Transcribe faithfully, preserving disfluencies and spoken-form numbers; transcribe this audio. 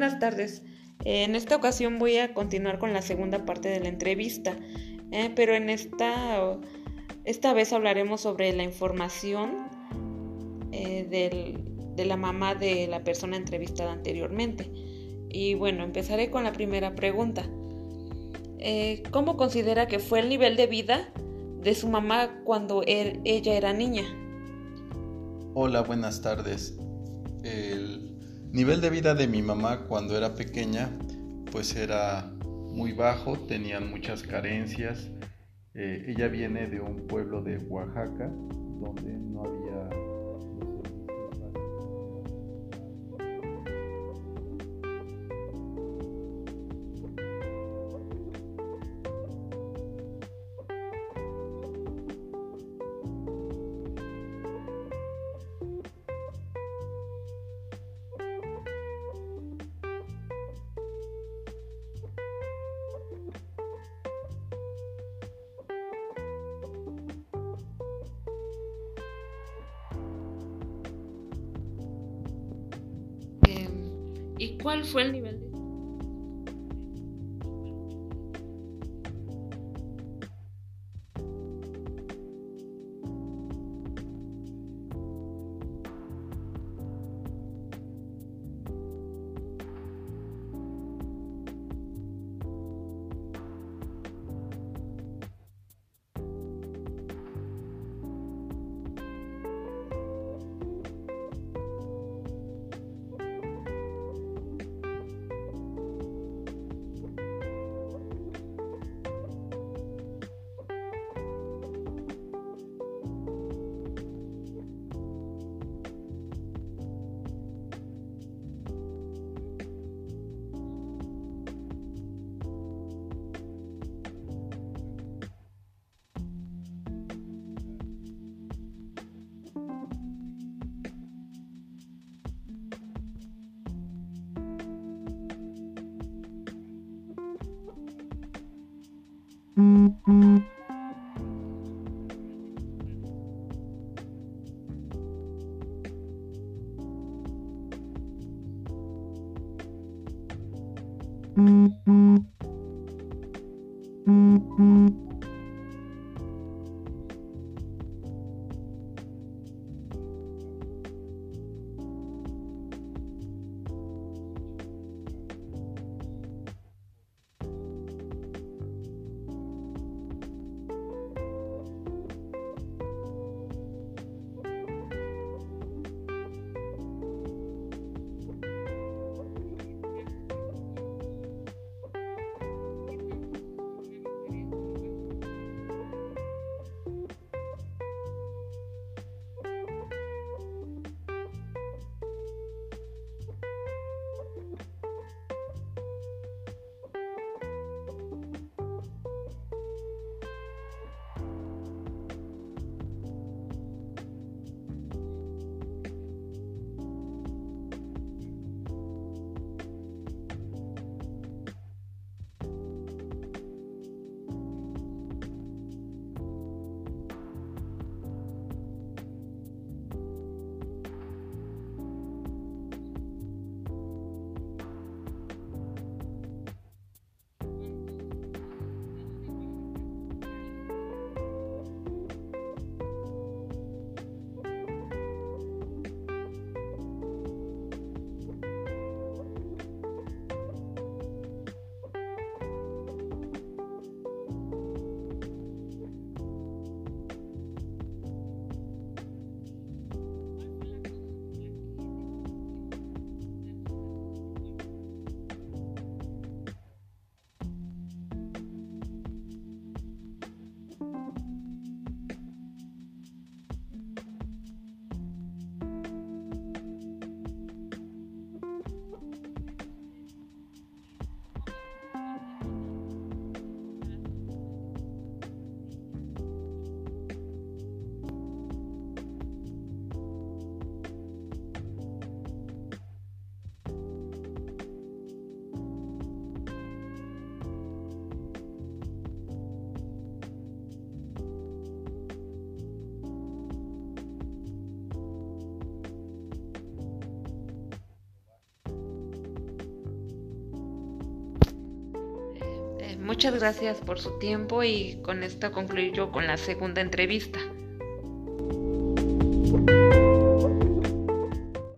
buenas tardes. Eh, en esta ocasión voy a continuar con la segunda parte de la entrevista, eh, pero en esta, esta vez hablaremos sobre la información eh, del, de la mamá de la persona entrevistada anteriormente. Y bueno, empezaré con la primera pregunta. Eh, ¿Cómo considera que fue el nivel de vida de su mamá cuando él, ella era niña? Hola, buenas tardes. El nivel de vida de mi mamá cuando era pequeña pues era muy bajo, tenían muchas carencias. Eh, ella viene de un pueblo de Oaxaca donde no había los servicios Eh, ¿Y cuál fue el nivel de... muchas gracias por su tiempo y con esto concluyo con la segunda entrevista.